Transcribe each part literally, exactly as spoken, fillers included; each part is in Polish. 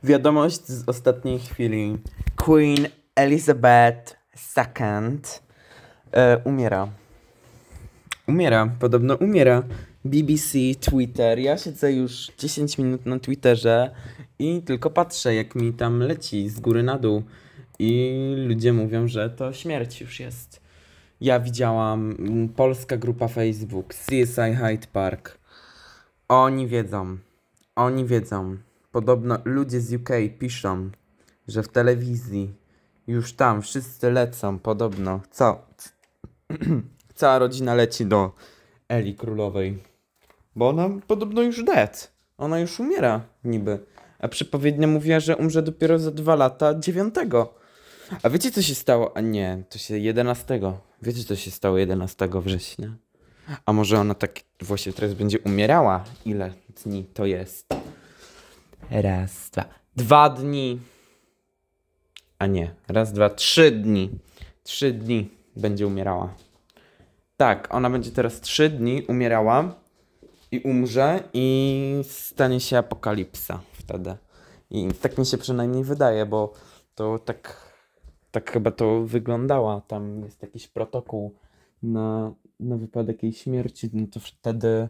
Wiadomość z ostatniej chwili. Queen Elizabeth second e, umiera. Umiera, podobno umiera. B B C, Twitter. Ja siedzę już dziesięć minut na Twitterze i tylko patrzę, jak mi tam leci z góry na dół. I ludzie mówią, że to śmierć już jest. Ja widziałam mm, polska grupa Facebook, C S I Hyde Park. Oni wiedzą. Oni wiedzą. Podobno ludzie z U K piszą, że w telewizji już tam wszyscy lecą, podobno. Co? Cała rodzina leci do Eli Królowej. Bo ona podobno już dead. Ona już umiera niby. A przepowiednia mówiła, że umrze dopiero za dwa lata, dziewiątego. A wiecie co się stało? A nie, to się jedenastego. Wiecie co się stało jedenastego września? A może ona tak właśnie teraz będzie umierała? Ile dni to jest? Raz, dwa. Dwa dni. A nie, raz, dwa, trzy dni. Trzy dni będzie umierała. Tak, ona będzie teraz trzy dni umierała i umrze i stanie się apokalipsa wtedy. I tak mi się przynajmniej wydaje, bo to tak, tak chyba to wyglądała. Tam jest jakiś protokół na, na wypadek jej śmierci. No to wtedy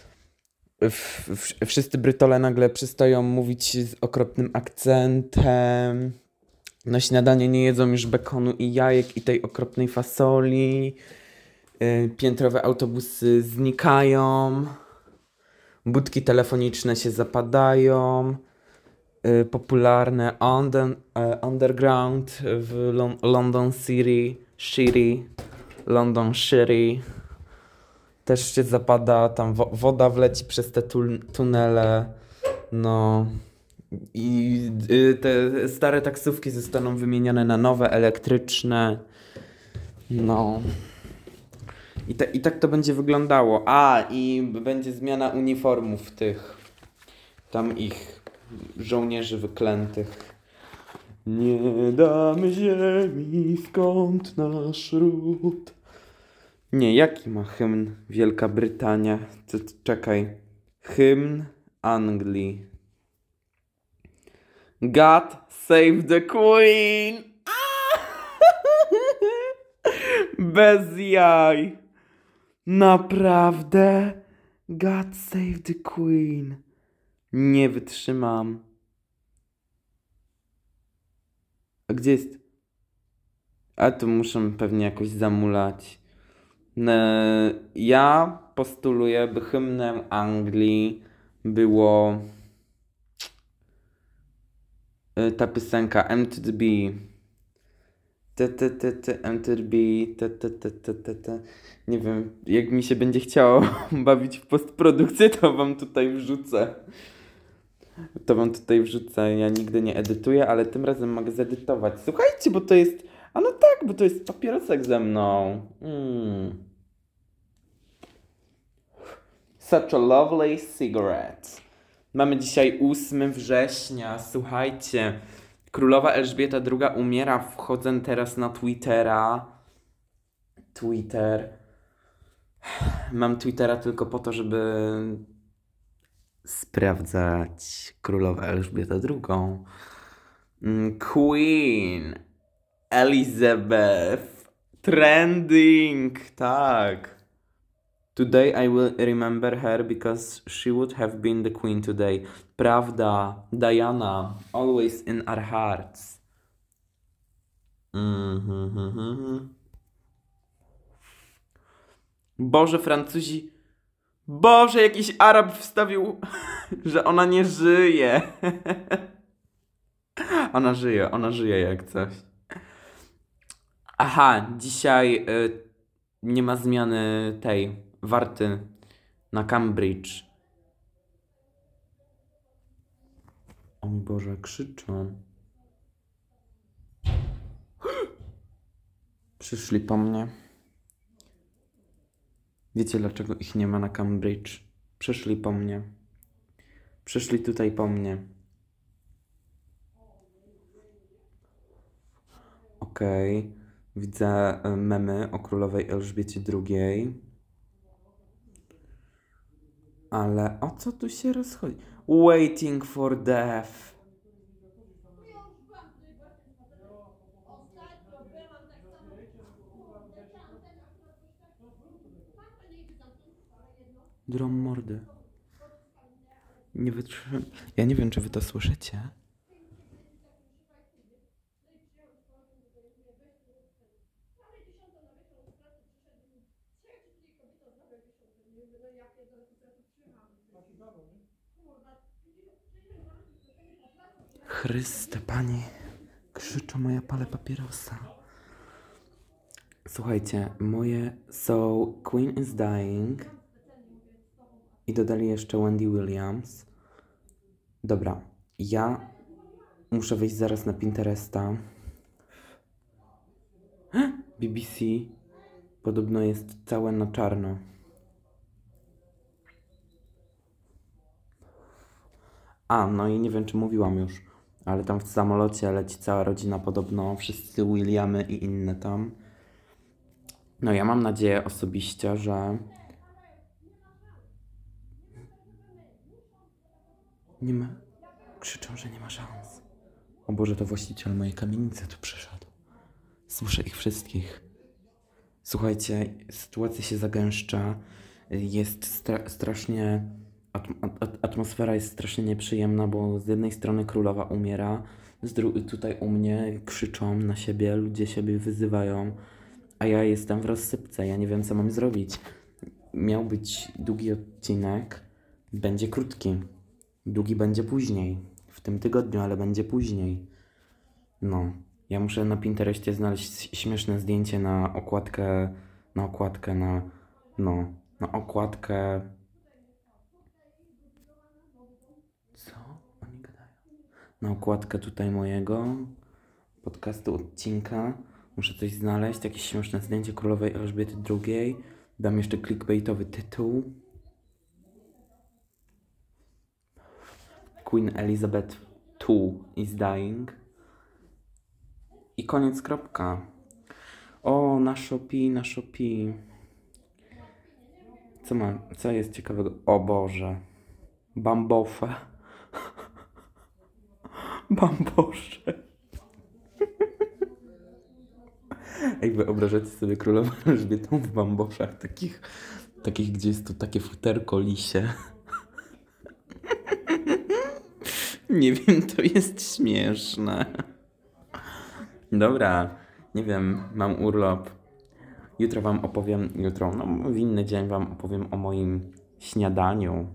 w, w, wszyscy Brytole nagle przestają mówić z okropnym akcentem. Na śniadanie nie jedzą już bekonu i jajek i tej okropnej fasoli. Yy, piętrowe autobusy znikają. Budki telefoniczne się zapadają. Yy, popularne under, uh, underground w Lon- London City, City, London City też się zapada. Tam wo- woda wleci przez te tu- tunele. No. I y, te stare taksówki zostaną wymienione na nowe, elektryczne. No. I, te, I tak to będzie wyglądało. A, i będzie zmiana uniformów tych. Tam ich żołnierzy wyklętych. Nie damy ziemi, skąd nasz ród. Nie, jaki ma hymn Wielka Brytania? C- czekaj. Hymn Anglii. God save the Queen! Bez jaj. Naprawdę? God save the Queen. Nie wytrzymam. A gdzie jest? A tu muszę pewnie jakoś zamulać. Ne- Ja postuluję, by hymnem Anglii było y, ta piosenka M to the B. Te, te, te, te, M to the B. Te, te, te, te, te, te. Nie wiem, jak mi się będzie chciało bawić w postprodukcję, to wam tutaj wrzucę. To wam tutaj wrzucę. Ja nigdy nie edytuję, ale tym razem mogę zedytować. Słuchajcie, bo to jest... A no tak, bo to jest papierosek ze mną. Mm. Such a lovely cigarette. Mamy dzisiaj ósmego września. Słuchajcie, królowa Elżbieta druga umiera. Wchodzę teraz na Twittera. Twitter. Mam Twittera tylko po to, żeby sprawdzać królową Elżbietę drugą. Mm, Queen Elizabeth. Trending. Tak. Today I will remember her because she would have been the queen today. Prawda. Diana. Always in our hearts. Mhm. Boże, Francuzi. Boże, jakiś Arab wstawił, że ona nie żyje. Ona żyje, ona żyje jak coś. Aha, dzisiaj y, nie ma zmiany tej warty na Cambridge. O mój Boże, krzyczą. Przyszli po mnie. Wiecie, dlaczego ich nie ma na Cambridge? Przyszli po mnie. Przyszli tutaj po mnie. Okej. Okay. Widzę y, memy o królowej Elżbiecie drugiej. Ale o co tu się rozchodzi? Waiting for death. Drom mordy. Nie wytrzymam. Ja nie wiem, czy wy to słyszycie. Chryste, pani. Krzyczą, moja palę papierosa. Słuchajcie, moje So Queen is Dying i dodali jeszcze Wendy Williams. Dobra, ja muszę wejść zaraz na Pinteresta. B B C podobno jest całe na czarno. A, no i nie wiem, czy mówiłam już, ale tam w samolocie leci cała rodzina podobno, wszyscy Williamy i inne tam. No ja mam nadzieję osobiście, że nie ma... Krzyczą, że nie ma szans. O Boże, to właściciel mojej kamienicy tu przyszedł. Słyszę ich wszystkich. Słuchajcie, sytuacja się zagęszcza. Jest stra- strasznie... Atm- at- atmosfera jest strasznie nieprzyjemna, bo z jednej strony królowa umiera, z dru- tutaj u mnie krzyczą na siebie, ludzie siebie wyzywają, a ja jestem w rozsypce, ja nie wiem, co mam zrobić. Miał być długi odcinek, będzie krótki. Długi będzie później. W tym tygodniu, ale będzie później. No. Ja muszę na Pinterestie znaleźć śmieszne zdjęcie na okładkę, na okładkę, na, no, na okładkę. Co oni gadają? Na okładkę tutaj mojego podcastu, odcinka. Muszę coś znaleźć, jakieś śmieszne zdjęcie królowej Elżbiety drugiej. Dam jeszcze clickbaitowy tytuł. Queen Elizabeth two is dying. I koniec, kropka. O, na Shopee, na Shopee. Co ma, co jest ciekawego? O Boże. Bambosze. Bambosze. Ej, wyobrażacie sobie królową Elżbietą w bamboszach takich, takich, gdzie jest tu takie futerko lisie. Nie wiem, to jest śmieszne. Dobra, nie wiem, mam urlop. Jutro wam opowiem, jutro, no w inny dzień wam opowiem o moim śniadaniu.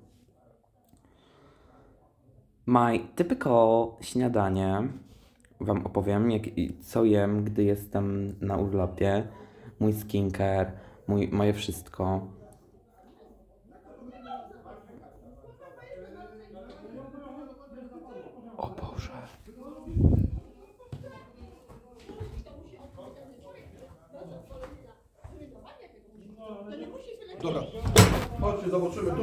My typical śniadanie wam opowiem, jak, co jem, gdy jestem na urlopie. Mój skincare, mój, moje wszystko. O Boże. Dobra, chodźcie, zobaczymy.